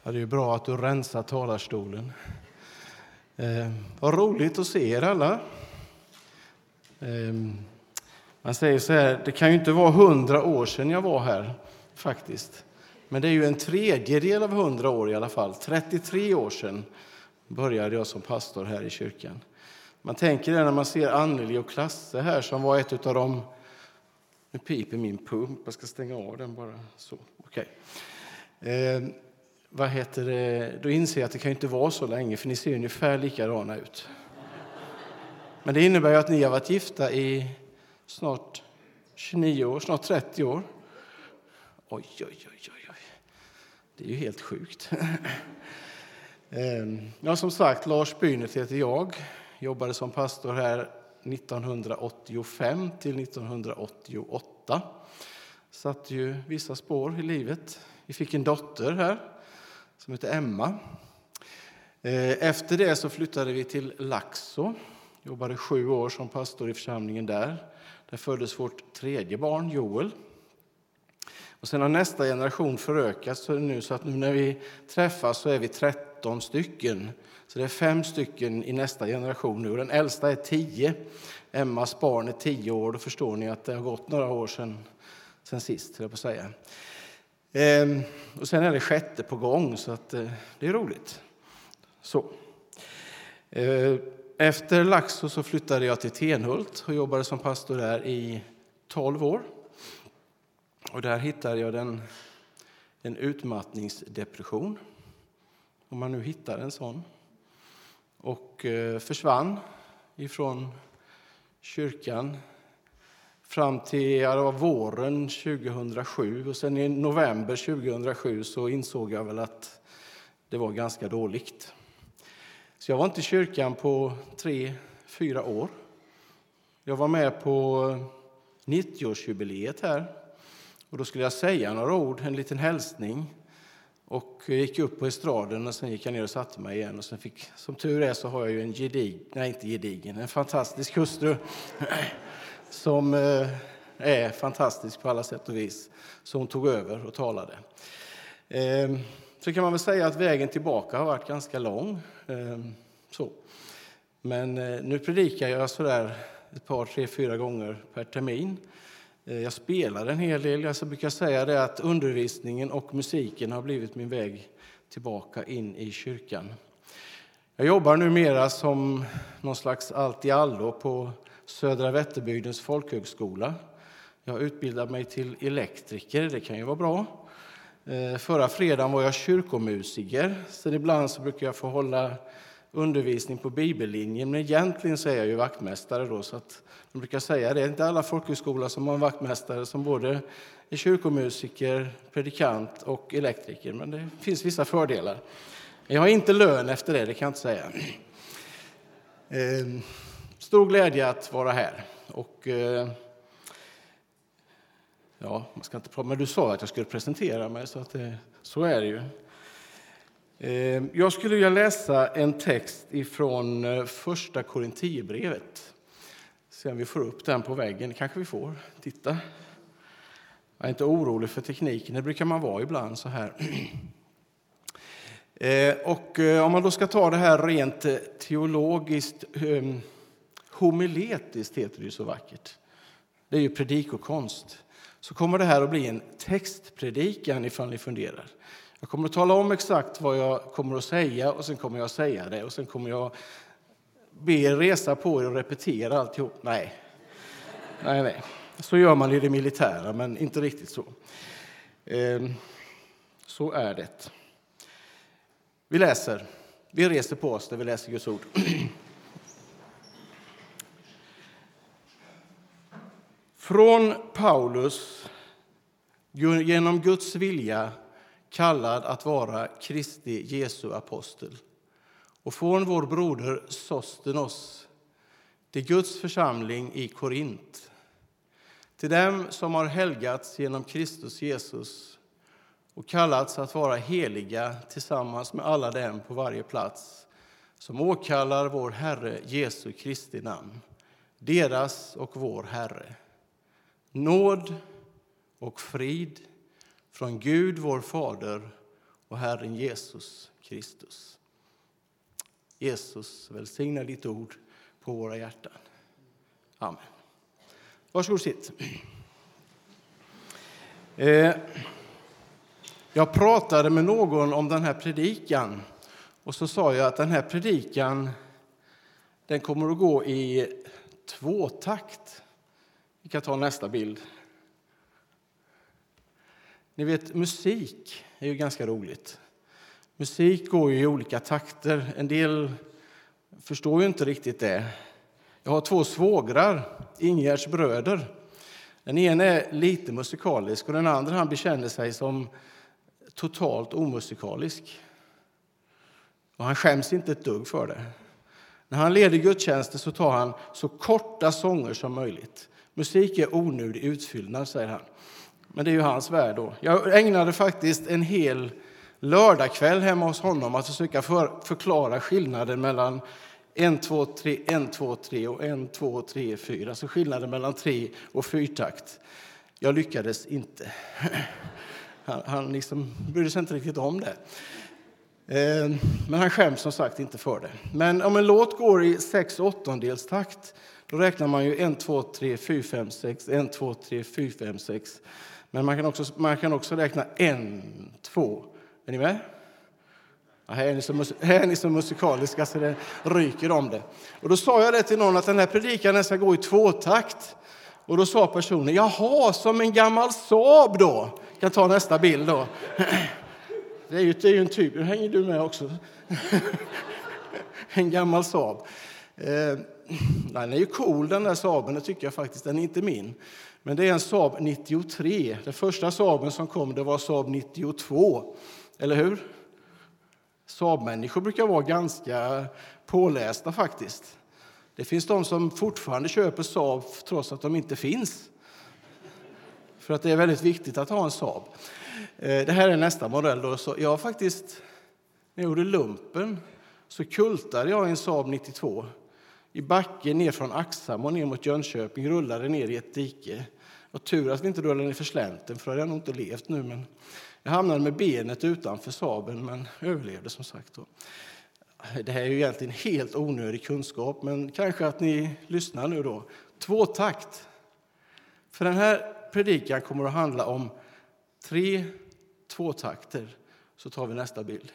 Ja, det är ju bra att du rensar talarstolen. Vad roligt att se er alla. Man säger så här, det kan ju inte vara 100 år sedan jag var här faktiskt. Men det är ju en tredjedel av 100 år i alla fall. 33 år sedan började jag som pastor här i kyrkan. Man tänker det när man ser Anneli och Klasse här som var ett av dem. Nu piper min pump, jag ska stänga av den bara så. Okej. Då inser jag att det kan ju inte vara så länge, för ni ser ungefär likadana ut. Men det innebär ju att ni har varit gifta i snart 29 år, snart 30 år. Oj. Det är ju helt sjukt. Ja, som sagt, Lars Bynert heter jag. Jobbade som pastor här 1985 till 1988. Satt ju vissa spår i livet. Vi fick en dotter här som heter Emma. Efter det så flyttade vi till Laxå. Jobbade 7 år som pastor i församlingen där. Där föddes vårt 3:e barn, Joel. Och sen har nästa generation förökats nu, så att nu när vi träffas så är vi 13 stycken. Så det är 5 stycken i nästa generation nu. Den äldsta är 10. Emmas barn är 10 år. Då förstår ni att det har gått några år sedan sist, jag på säga. Och sen är det 6:e på gång, så att det är roligt. Så. Efter Laxå så flyttade jag till Tenhult och jobbade som pastor där i 12 år. Och där hittade jag en utmattningsdepression, om man nu hittar en sån. Och försvann ifrån kyrkan fram till våren 2007. Och sen i november 2007 så insåg jag väl att det var ganska dåligt. Så jag var inte i kyrkan på 3-4 år. Jag var med på 90-årsjubileet här. Och då skulle jag säga några ord, en liten hälsning. Och jag gick upp på estraden och sen gick jag ner och satte mig igen. Och sen som tur är så har jag ju en fantastisk hustru. Som är fantastisk på alla sätt och vis. Så hon tog över och talade. Så kan man väl säga att vägen tillbaka har varit ganska lång. Men nu predikar jag sådär ett par, 3-4 gånger per termin. Jag spelar en hel del. Jag brukar säga det att undervisningen och musiken har blivit min väg tillbaka in i kyrkan. Jag jobbar numera som någon slags allt i allo på Södra Vätterbygdens folkhögskola. Jag har utbildat mig till elektriker, det kan ju vara bra. Förra fredagen var jag kyrkomusiker, så ibland så brukar jag få hålla undervisning på bibellinjen. Men egentligen så är jag ju vaktmästare då, så att de brukar säga det är inte alla folkhögskolor som har en vaktmästare som både är kyrkomusiker, predikant och elektriker. Men det finns vissa fördelar. Jag har inte lön efter det kan jag inte säga. Stor glädje att vara här. Och ja, man ska inte prata, men du sa att jag skulle presentera mig, så att så är det ju. Jag skulle vilja läsa en text ifrån första Korinthierbrevet. Se om vi får upp den på väggen. Kanske vi får. Titta. Jag är inte orolig för tekniken. Det brukar man vara ibland så här. Och om man då ska ta det här rent teologiskt, homiletiskt heter det ju så vackert. Det är ju predikokonst. Så kommer det här att bli en textpredikan ifall ni funderar. Jag kommer att tala om exakt vad jag kommer att säga och sen kommer jag att säga det. Och sen kommer jag be er resa på er och repetera alltihop. Nej. Så gör man i det militära, men inte riktigt så. Så är det. Vi reser på oss när vi läser Guds ord. Från Paulus, genom Guds vilja, kallad att vara Kristi Jesu apostel. Och från vår broder Sostenos, till Guds församling i Korint. Till dem som har helgats genom Kristus Jesus och kallats att vara heliga tillsammans med alla dem på varje plats som åkallar vår Herre Jesu Kristi namn, deras och vår Herre. Nåd och frid från Gud vår Fader och Herren Jesus Kristus. Jesus, välsigna ditt ord på våra hjärtan. Amen. Varsågod sitt. Jag pratade med någon om den här predikan och så sa jag att den här predikan den kommer att gå i 2-takt. Vi kan ta nästa bild. Ni vet, musik är ju ganska roligt. Musik går ju i olika takter. En del förstår ju inte riktigt det. Jag har 2 svågrar, Ingegärds bröder. Den ena är lite musikalisk och den andra han bekänner sig som totalt omusikalisk. Och han skäms inte ett dugg för det. När han leder gudstjänster så tar han så korta sånger som möjligt. Musik är onödig utfyllnad, säger han. Men det är ju hans värld då. Jag ägnade faktiskt en hel lördagkväll hemma hos honom att försöka förklara skillnaden mellan 1, 2, 3, 1, 2, 3 och 1, 2, 3, 4. Alltså skillnaden mellan 3 och 4-takt. Jag lyckades inte. Han liksom brydde sig inte riktigt om det. Men han skäms som sagt inte för det. Men om en låt går i 6/8 takt, då räknar man ju 1, 2, 3, 4, 5, 6, 1, 2, 3, 4, 5, 6. Men man kan också räkna 1, 2. Är ni med? Ja, här är ni så musikaliska så det ryker om det. Och då sa jag det till någon att den här predikan ska gå i 2-takt. Och då sa personen, jaha, som en gammal Saab då. Jag kan ta nästa bild då. Det är ju en typ, nu hänger du med också. En gammal Saab. Den är ju cool den där Saaben, det tycker jag faktiskt. Den är inte min. Men det är en Saab 93. Den första Saaben som kom det var Saab 92. Eller hur? Saab-människor brukar vara ganska pålästa faktiskt. Det finns de som fortfarande köper Saab trots att de inte finns. För att det är väldigt viktigt att ha en Saab. Det här är nästa modell då. Så jag faktiskt, när jag gjorde lumpen så kultade jag en Saab 92. I backen ner från Axam och ner mot Jönköping rullade ner i ett dike. Och tur att vi inte rullade ner för slänten, för det har jag nog inte levt nu. Men jag hamnade med benet utanför Saaben men överlevde som sagt då. Det här är ju egentligen helt onödig kunskap, men kanske att ni lyssnar nu då. 2-takt. För den här predikan kommer att handla om 3 2-takter. Så tar vi nästa bild.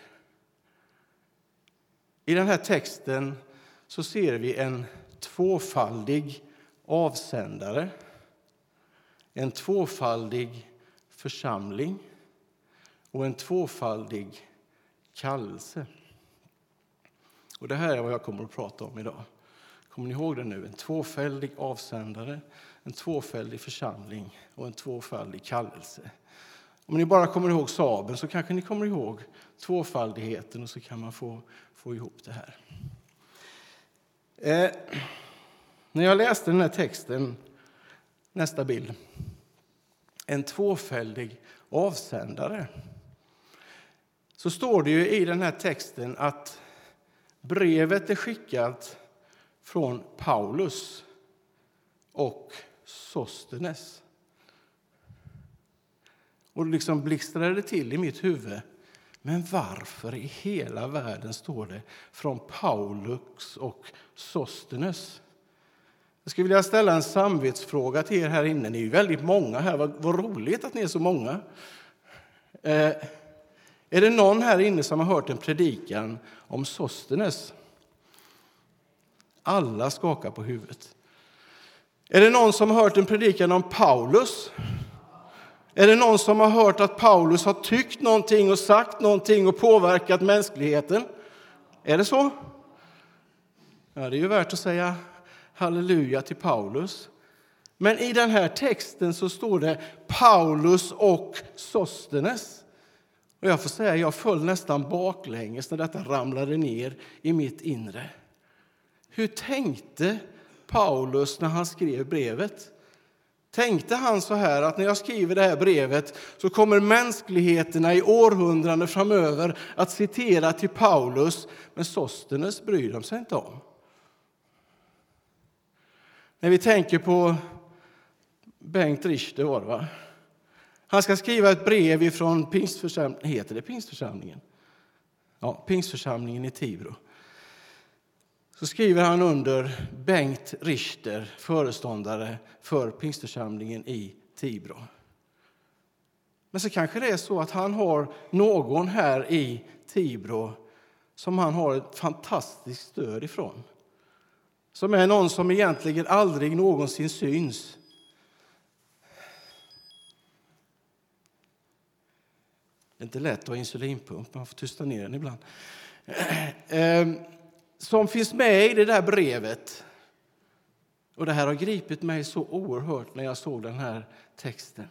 I den här texten så ser vi en 2-faldig avsändare. En 2-faldig församling. Och en 2-faldig kallelse. Och det här är vad jag kommer att prata om idag. Kommer ni ihåg det nu? En 2-faldig avsändare, en 2-faldig församling och en 2-faldig kallelse. Om ni bara kommer ihåg Saaben så kanske ni kommer ihåg 2-faldigheten och så kan man få ihop det här. När jag läste den här texten, nästa bild. En 2-faldig avsändare. Så står det ju i den här texten att brevet är skickat från Paulus och Sostenes. Och liksom blixtrade det till i mitt huvud. Men varför i hela världen står det från Paulus och Sostenes? Jag skulle vilja ställa en samvetsfråga till er här inne. Ni är ju väldigt många här. Vad roligt att ni är så många. Är det någon här inne som har hört en predikan om Sostenes? Alla skakar på huvudet. Är det någon som har hört en predikan om Paulus? Är det någon som har hört att Paulus har tyckt någonting och sagt någonting och påverkat mänskligheten? Är det så? Ja, det är ju värt att säga halleluja till Paulus. Men i den här texten så står det Paulus och Sostenes. Och jag får säga, jag föll nästan baklänges när detta ramlade ner i mitt inre. Hur tänkte Paulus när han skrev brevet? Tänkte han så här att när jag skriver det här brevet så kommer mänskligheterna i århundraden framöver att citera till Paulus, men Sostenes bryr de sig inte om. När vi tänker på Bengt Richter var det va? Han ska skriva ett brev ifrån Pingstförsamlingen. Heter det Pingstförsamlingen? Ja, Pingstförsamlingen i Tibro. Så skriver han under Bengt Richter, föreståndare för Pingstförsamlingen i Tibro. Men så kanske det är så att han har någon här i Tibro som han har ett fantastiskt stöd ifrån. Som är någon som egentligen aldrig någonsin syns. Det är inte lätt att ha insulinpump, man får tysta ner den ibland. Som finns med i det där brevet. Och det här har gripit mig så oerhört när jag såg den här texten.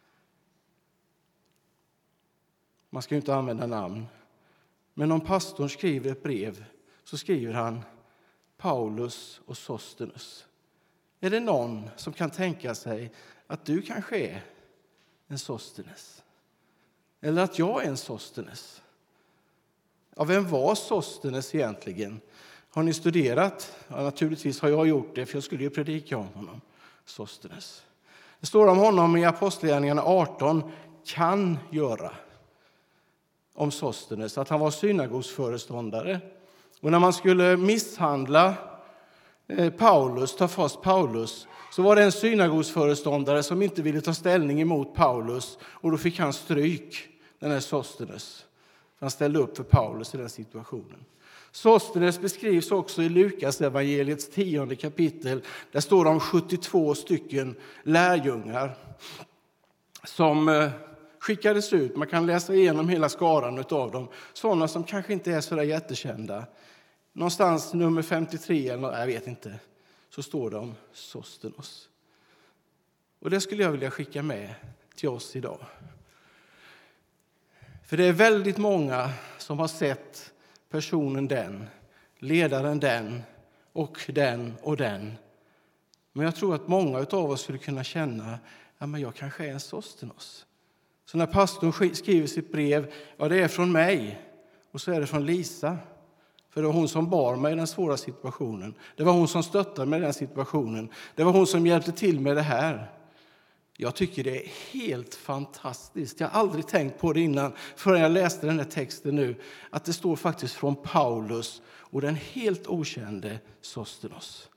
Man ska ju inte använda namn. Men om pastorn skriver ett brev så skriver han Paulus och Sostenus. Är det någon som kan tänka sig att du kanske är en Sostenes? Eller att jag är en Sostenes? Ja, vem var Sostenes egentligen? Har ni studerat? Ja, naturligtvis har jag gjort det, för jag skulle ju predika om honom. Sostenes. Det står om honom i Apostlagärningarna 18, kan göra. Om Sostenes, att han var synagogsföreståndare. Och när man skulle misshandla Paulus, ta fast Paulus, så var det en synagogsföreståndare som inte ville ta ställning emot Paulus. Och då fick han stryk, den här Sostenes. Han ställde upp för Paulus i den situationen. Sostenes beskrivs också i Lukas evangeliets 10:e kapitel. Där står det om 72 stycken lärjungar som skickades ut. Man kan läsa igenom hela skaran av dem. Sådana som kanske inte är så där jättekända. Någonstans nummer 53 eller jag vet inte. Så står det om Sostenes. Och det skulle jag vilja skicka med till oss idag. För det är väldigt många som har sett personen den, ledaren den och den och den. Men jag tror att många av oss skulle kunna känna att jag kanske är en Sostenes. Så när pastorn skriver sitt brev, ja det är från mig och så är det från Lisa. För det var hon som bar mig i den svåra situationen. Det var hon som stöttade mig i den situationen. Det var hon som hjälpte till med det här. Jag tycker det är helt fantastiskt. Jag har aldrig tänkt på det innan förrän jag läste den här texten nu. Att det står faktiskt från Paulus och den helt okände Sostenes.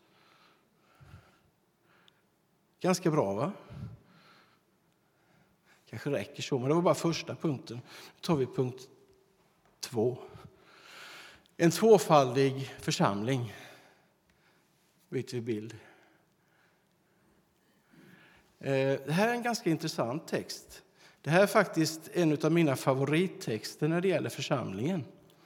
Ganska bra, va? Kanske räcker så, men det var bara första punkten. Nu tar vi punkt 2. En tvåfaldig församling. Byter vi bild. Det här är en ganska intressant text. Det här är faktiskt en av mina favorittexter när det gäller församlingen.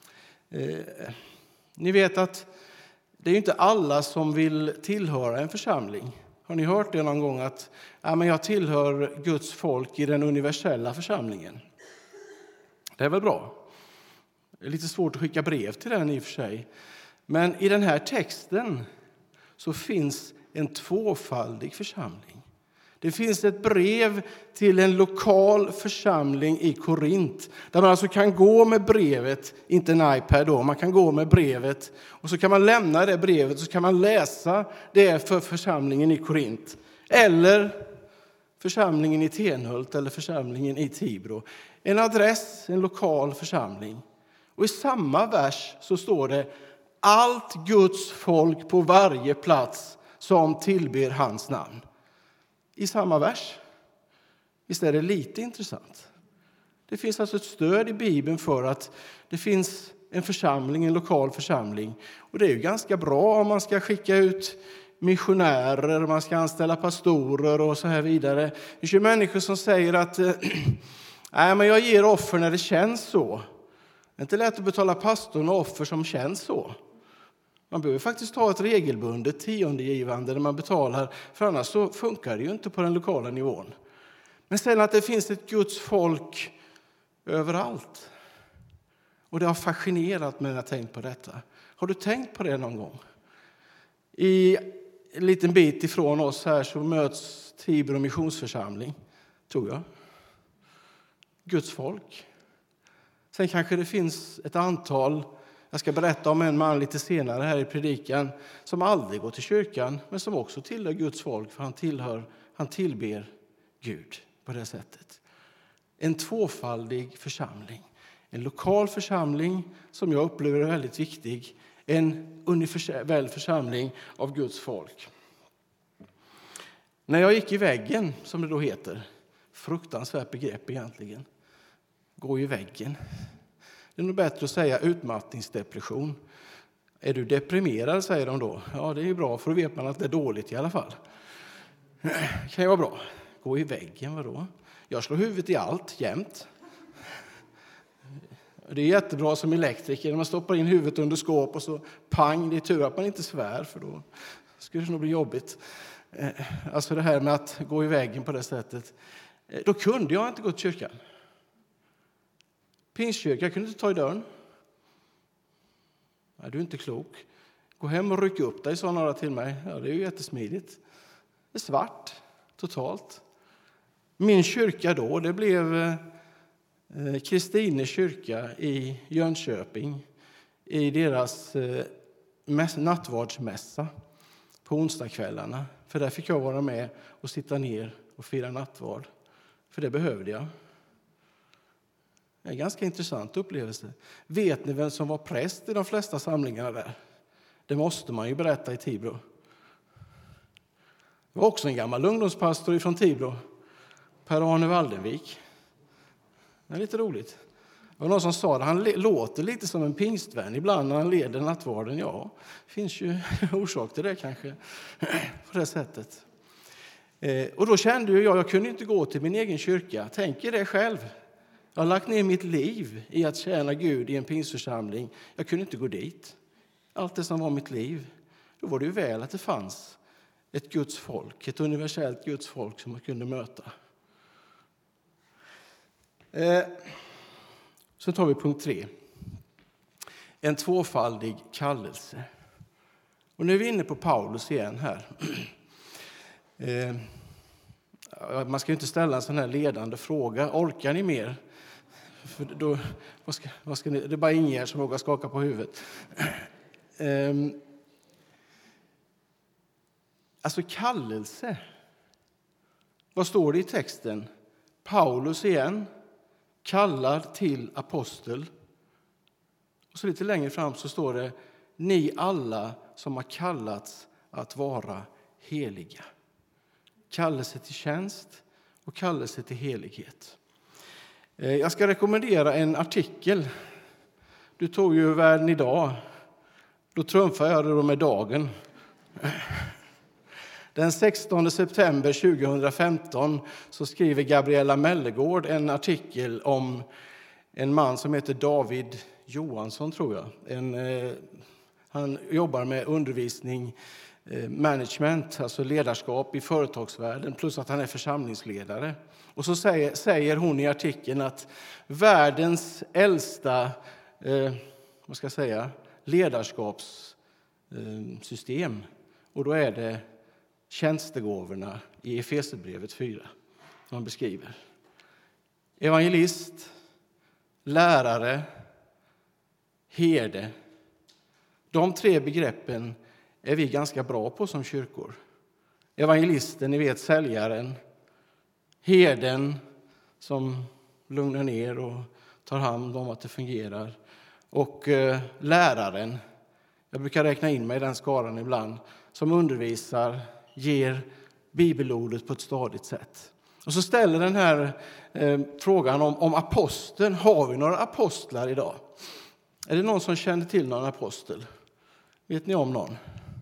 Ni vet att det är inte alla som vill tillhöra en församling. Har ni hört det någon gång att jag tillhör Guds folk i den universella församlingen? Det är väl bra. Det är lite svårt att skicka brev till den i och för sig. Men i den här texten så finns en tvåfaldig församling. Det finns ett brev till en lokal församling i Korint. Där man alltså kan gå med brevet, inte en iPad då, man kan gå med brevet. Och så kan man lämna det brevet och så kan man läsa det för församlingen i Korint. Eller församlingen i Tenhult eller församlingen i Tibro. En adress, en lokal församling. Och i samma vers så står det allt Guds folk på varje plats som tillber hans namn. I samma vers. Visst är det lite intressant. Det finns alltså ett stöd i Bibeln för att det finns en församling, en lokal församling. Och det är ju ganska bra om man ska skicka ut missionärer, man ska anställa pastorer och så här vidare. Det finns ju människor som säger att nej, men jag ger offer när det känns så. Det är inte lätt att betala pastorn och offer som känns så. Man behöver faktiskt ha ett regelbundet tiondegivande när man betalar. För annars så funkar det ju inte på den lokala nivån. Men sen att det finns ett Guds folk överallt. Och det har fascinerat mig när jag tänkt på detta. Har du tänkt på det någon gång? I en liten bit ifrån oss här så möts Tibro missionsförsamling, tror jag. Guds folk. Sen kanske det finns ett antal, jag ska berätta om en man lite senare här i predikan, som aldrig går till kyrkan men som också tillhör Guds folk, för han tillber Gud på det sättet. en tvåfaldig församling. En lokal församling som jag upplever är väldigt viktig. En universell församling av Guds folk. När jag gick i väggen, som det då heter, fruktansvärt begrepp egentligen, gå i väggen. Det är nog bättre att säga utmattningsdepression. Är du deprimerad, säger de då. Ja, det är ju bra, för då vet man att det är dåligt i alla fall. Det kan ju vara bra. Gå i väggen, vadå? Jag slår huvudet i allt, jämt. Det är jättebra som elektriker när man stoppar in huvudet under skåp och så pang, det är tur att man inte svär, för då skulle det nog bli jobbigt. Alltså det här med att gå i väggen på det sättet. Då kunde jag inte gå till kyrkan. Pingstkyrkan, jag kunde inte ta i dörren. Nej, du är inte klok. Gå hem och rycka upp dig, sa några till mig. Ja, det är ju jättesmidigt. Det är svart, totalt. Min kyrka då, det blev Kristine kyrka i Jönköping. I deras nattvardsmässa på onsdagskvällarna. För där fick jag vara med och sitta ner och fira nattvard. För det behövde jag. Det är en ganska intressant upplevelse. Vet ni vem som var präst i de flesta samlingarna där? Det måste man ju berätta i Tibro. Det var också en gammal ungdomspastor från Tibro. Per-Arne Waldenvik. Det är lite roligt. Det var någon som sa att han låter lite som en pingstvän ibland när han leder nattvarden. Ja, det finns ju orsak till det kanske. På det sättet. Och då kände jag kunde inte gå till min egen kyrka. Tänk er det själv. Jag har lagt ner mitt liv i att tjäna Gud i en pingsförsamling. Jag kunde inte gå dit. Allt det som var mitt liv. Då var det ju väl att det fanns ett Guds folk. Ett universellt Guds folk som man kunde möta. Så tar vi punkt 3. En tvåfaldig kallelse. Och nu är vi inne på Paulus igen här. Man ska ju inte ställa en sån här ledande fråga. Orkar ni mer? För då, vad ska ni, det är bara Ingegerd som vågar skaka på huvudet. Alltså kallelse. Vad står det i texten? Paulus igen kallar till apostel. Och så lite längre fram så står det: ni alla som har kallats att vara heliga. Kallelse till tjänst och kallelse till helighet. Jag ska rekommendera en artikel. Du tog ju Världen idag. Då trumfar jag det med dagen. Den 16 september 2015 så skriver Gabriella Mellegård en artikel om en man som heter David Johansson, tror jag. Han jobbar med undervisning, management, alltså ledarskap i företagsvärlden, plus att han är församlingsledare. Och så säger hon i artikeln att världens äldsta ledarskapssystem, och då är det tjänstegåvorna i Efesierbrevet 4 som man beskriver. Evangelist, lärare, herde. De 3 begreppen är vi ganska bra på som kyrkor. Evangelisten, ni vet, säljaren. Herden som lugnar ner och tar hand om att det fungerar. Och läraren, jag brukar räkna in mig i den skaran ibland, som undervisar, ger bibelordet på ett stadigt sätt. Och så ställer den här frågan om aposteln. Har vi några apostlar idag? Är det någon som känner till någon apostel? Vet ni om någon?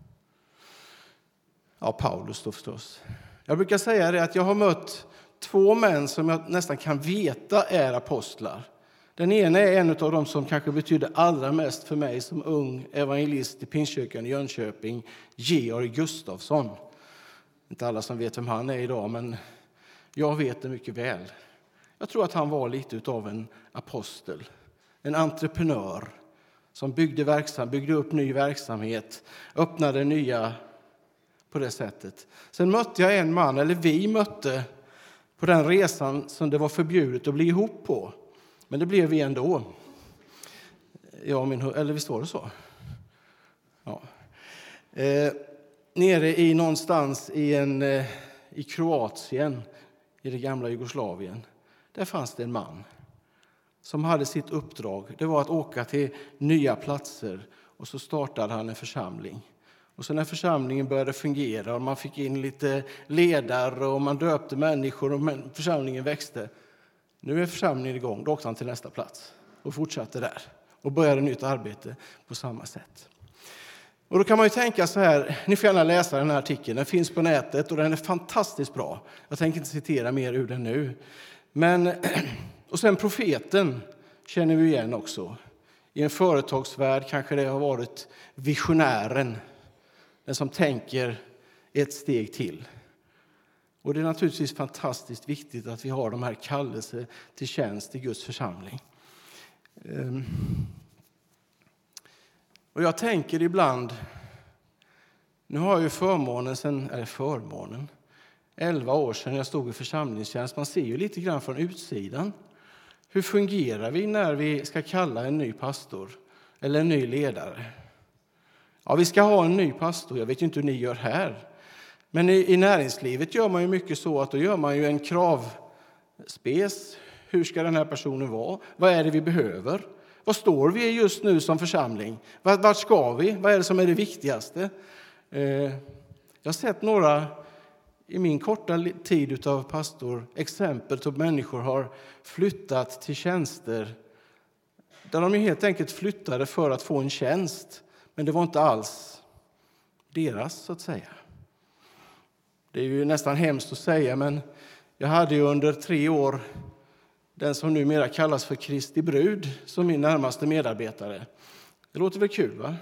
Ja, Paulus då förstås. Jag brukar säga det att jag har mött 2 män som jag nästan kan veta är apostlar. Den ena är en av dem som kanske betyder allra mest för mig som ung evangelist i Pingstkyrkan i Jönköping, Georg Gustafsson. Inte alla som vet vem han är idag, men jag vet det mycket väl. Jag tror att han var lite av en apostel, en entreprenör som byggde upp ny verksamhet, öppnade nya på det sättet. Sen mötte jag en man, eller vi mötte på den resan som det var förbjudet att bli ihop på. Men det blev vi ändå. Eller visst var det så? Ja. Nere i någonstans i Kroatien, i det gamla Jugoslavien. där fanns det en man som hade sitt uppdrag. Det var att åka till nya platser och så startade han en församling. Och så när församlingen började fungera och man fick in lite ledare och man döpte människor och församlingen växte. Nu är församlingen igång, då åkte han till nästa plats och fortsatte där och började nytt arbete på samma sätt. Och då kan man ju tänka så här, ni får gärna läsa den här artikeln, den finns på nätet och den är fantastiskt bra. Jag tänker inte citera mer ur den nu. Och sen profeten känner vi igen också. I en företagsvärld kanske det har varit visionären, den som tänker ett steg till. Och det är naturligtvis fantastiskt viktigt att vi har de här kallelser till tjänst i Guds församling. Och jag tänker ibland, nu har jag ju förmånen, 11 år sedan jag stod i församlingstjänst. Man ser ju lite grann från utsidan. Hur fungerar vi när vi ska kalla en ny pastor eller en ny ledare? Ja, vi ska ha en ny pastor, jag vet ju inte hur ni gör här. Men i näringslivet gör man ju mycket så att då gör man ju en kravspec. Hur ska den här personen vara? Vad är det vi behöver? Vad står vi just nu som församling? Vart ska vi? Vad är det som är det viktigaste? Jag har sett några i min korta tid utav pastor exempel på människor har flyttat till tjänster där de helt enkelt flyttade för att få en tjänst. Men det var inte alls deras, så att säga. Det är ju nästan hemskt att säga, men jag hade ju under 3 år den som numera kallas för Kristi brud som min närmaste medarbetare. Det låter väl kul, va?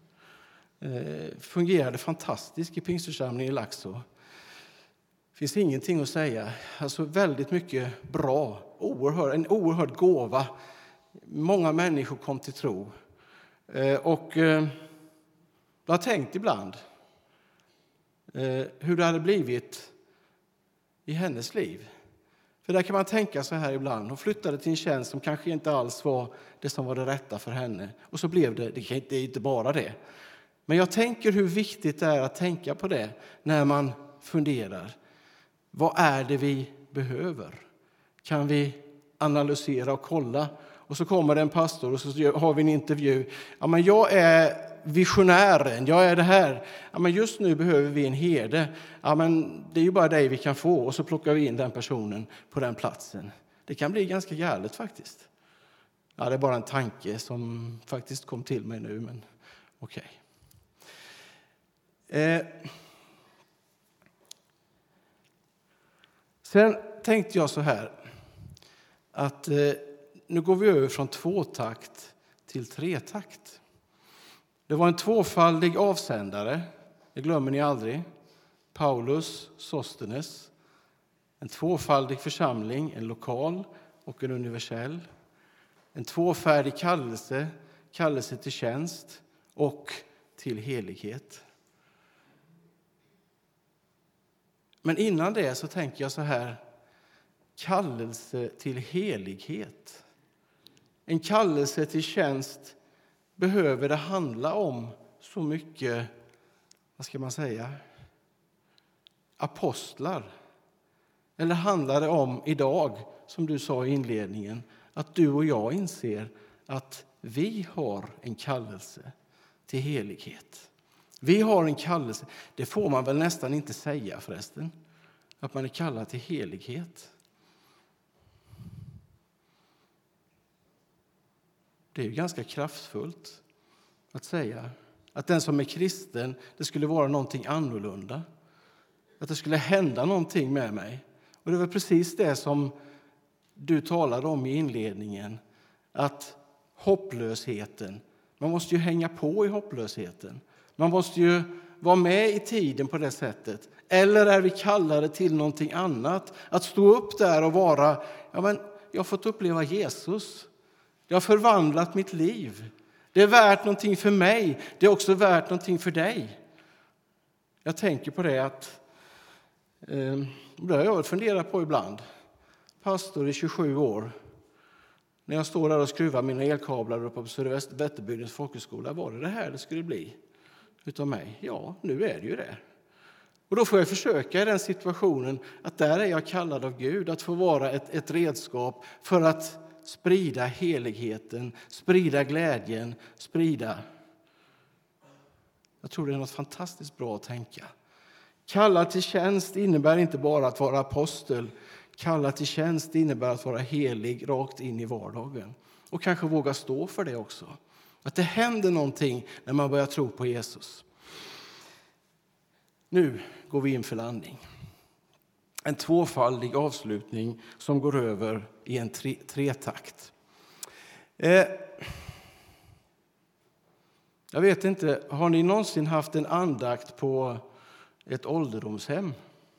Fungerade fantastiskt i Pingstförsamlingen i Laxå. Det finns ingenting att säga. Alltså väldigt mycket bra. En oerhörd gåva. Många människor kom till tro. Och jag har tänkt ibland hur det hade blivit i hennes liv. För där kan man tänka så här ibland. Hon flyttade till en tjänst som kanske inte alls var det som var det rätta för henne. Och så blev det är inte bara det. Men jag tänker hur viktigt det är att tänka på det när man funderar. Vad är det vi behöver? Kan vi analysera och kolla? Och så kommer det en pastor och så har vi en intervju. Ja, men jag är visionären, jag är det här. Ja, men just nu behöver vi en herde. Ja, men det är ju bara dig vi kan få. Och så plockar vi in den personen på den platsen. Det kan bli ganska galet faktiskt. Ja, det är bara en tanke som faktiskt kom till mig nu, men okej. Sen tänkte jag så här att nu går vi över från 2-takt till 3-takt. Det var en 2-faldig avsändare, det glömmer ni aldrig. Paulus, Sostenes. En 2-faldig församling, en lokal och en universell. En 2-färdig kallelse till tjänst och till helighet. Men innan det så tänker jag så här, kallelse till helighet. En kallelse till tjänst behöver det handla om så mycket, vad ska man säga, apostlar. Eller handlar det om idag, som du sa i inledningen, att du och jag inser att vi har en kallelse till helighet. Vi har en kallelse, det får man väl nästan inte säga förresten, att man är kallad till helighet. Det är ju ganska kraftfullt att säga att den som är kristen, det skulle vara någonting annorlunda. Att det skulle hända någonting med mig. Och det var precis det som du talade om i inledningen. Att hopplösheten, man måste ju hänga på i hopplösheten. Man måste ju vara med i tiden på det sättet. Eller är vi kallade till någonting annat? Att stå upp där och vara, ja men jag har fått uppleva Jesus. Det har förvandlat mitt liv. Det är värt någonting för mig. Det är också värt någonting för dig. Jag tänker på det att det har jag funderat på ibland. Pastor i 27 år. När jag står där och skruvar mina elkablar uppe på Södervätterbygdens folkhögskola, var det här det skulle bli utav mig? Ja, nu är det ju det. Och då får jag försöka i den situationen att där är jag kallad av Gud att få vara ett redskap för att sprida heligheten, sprida glädjen, sprida. Jag tror det är något fantastiskt bra att tänka. Kallad till tjänst innebär inte bara att vara apostel. Kallad till tjänst innebär att vara helig rakt in i vardagen. Och kanske våga stå för det också. Att det händer någonting när man börjar tro på Jesus. Nu går vi in för landning. En tvåfaldig avslutning som går över i en tretakt. Jag vet inte, har ni någonsin haft en andakt på ett ålderdomshem?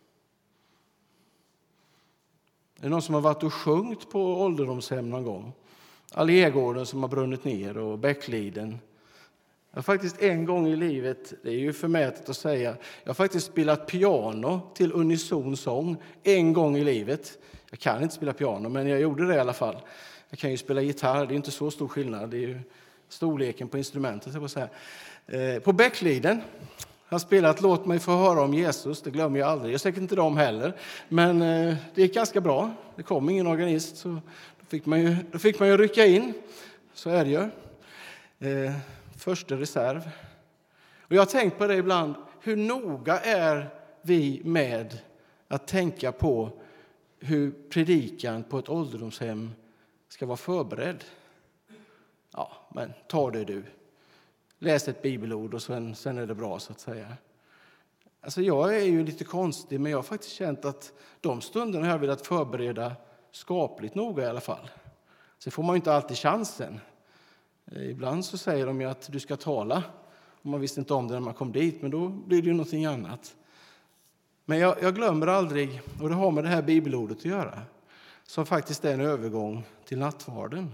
Är det någon som har varit och sjungit på ålderdomshem någon gång? Allégården som har brunnit ner och Bäckliden. Jag har faktiskt en gång i livet, det är ju förmätet att säga, jag har faktiskt spelat piano till unison sång en gång i livet. Jag kan inte spela piano, men jag gjorde det i alla fall. Jag kan ju spela gitarr, det är inte så stor skillnad. Det är ju storleken på instrumentet, jag får säga. På Bäckliden har jag spelat Låt mig få höra om Jesus, det glömmer jag aldrig. Jag säkert inte dem heller, men det gick ganska bra. Det kom ingen organist, så då fick man ju rycka in. Så är det ju. Första reserv. Och jag har tänkt på det ibland. Hur noga är vi med att tänka på hur predikan på ett ålderdomshem ska vara förberedd? Ja, men ta det du. Läs ett bibelord och sen är det bra så att säga. Alltså jag är ju lite konstig, men jag har faktiskt känt att de stunderna har jag velat förbereda skapligt noga i alla fall. Så får man ju inte alltid chansen. Ibland så säger de ju att du ska tala. Och man visste inte om det när man kom dit, men då blir det ju någonting annat. Men jag glömmer aldrig, och det har med det här bibelordet att göra, som faktiskt är en övergång till nattvarden.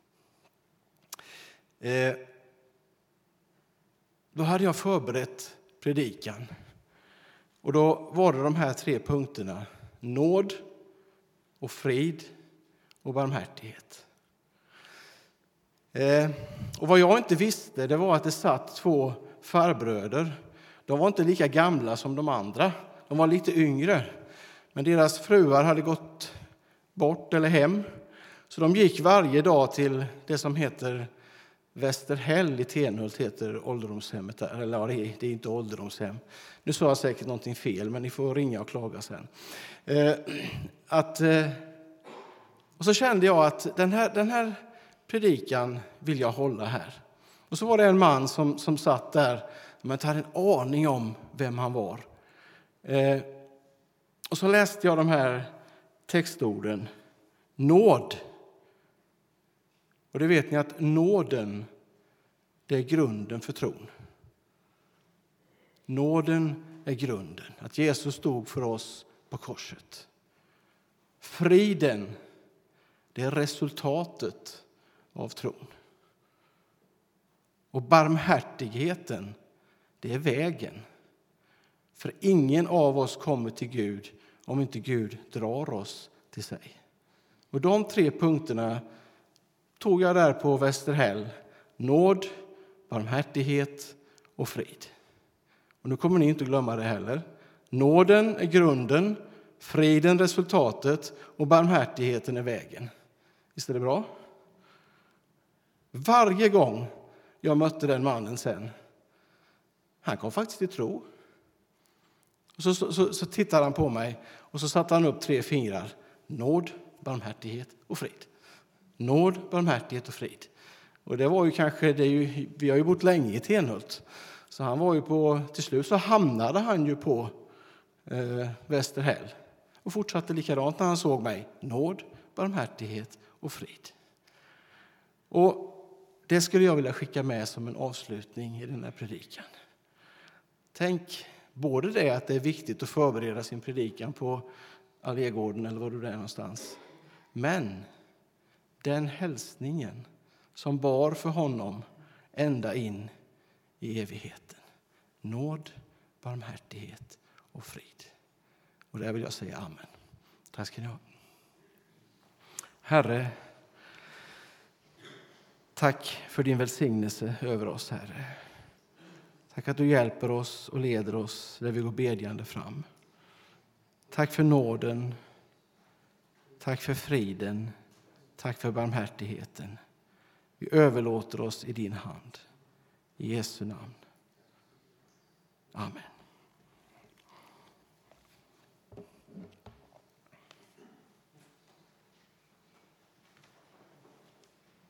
Då hade jag förberett predikan. Och då var det de här 3 punkterna. Nåd och frid och barmhärtighet. Och vad jag inte visste, det var att det satt 2 farbröder. De var inte lika gamla som de andra. De var lite yngre. Men deras fruar hade gått bort eller hem. Så de gick varje dag till det som heter Västerhäll i Tenhult, heter ålderdomshemmet där. Eller ja, det är inte ålderdomshem. Nu sa jag säkert någonting fel, men ni får ringa och klaga sen. Och så kände jag att den här predikan vill jag hålla här. Och så var det en man som satt där, men inte hade en aning om vem han var. Och så läste jag de här textorden. Nåd. Och det vet ni att nåden, det är grunden för tron. Nåden är grunden. Att Jesus stod för oss på korset. Friden, det är resultatet av tron. Och barmhärtigheten, det är vägen. För ingen av oss kommer till Gud om inte Gud drar oss till sig. Och de 3 punkterna tog jag där på Västerhäll. Nåd, barmhärtighet och frid. Och nu kommer ni inte glömma det heller. Nåden är grunden, friden resultatet och barmhärtigheten är vägen. Visst är det bra? Varje gång jag mötte den mannen sen, han kom faktiskt till tro. Och så tittade han på mig och så satte han upp 3 fingrar. Nåd, barmhärtighet och frid. Nåd, barmhärtighet och frid. Och det var ju kanske, vi har ju bott länge i Tenhult. Så han var ju till slut så hamnade han ju på Västerhäll. Och fortsatte likadant när han såg mig. Nåd, barmhärtighet och frid. Och det skulle jag vilja skicka med som en avslutning i den här predikan. Tänk både det att det är viktigt att förbereda sin predikan på Allégården eller var du är någonstans. Men den hälsningen som bar för honom ända in i evigheten. Nåd, barmhärtighet och frid. Och där vill jag säga amen. Tack ska ni ha. Herre, tack för din välsignelse över oss, Herre. Tack att du hjälper oss och leder oss där vi går bedjande fram. Tack för nåden. Tack för friden. Tack för barmhärtigheten. Vi överlåter oss i din hand. I Jesu namn. Amen.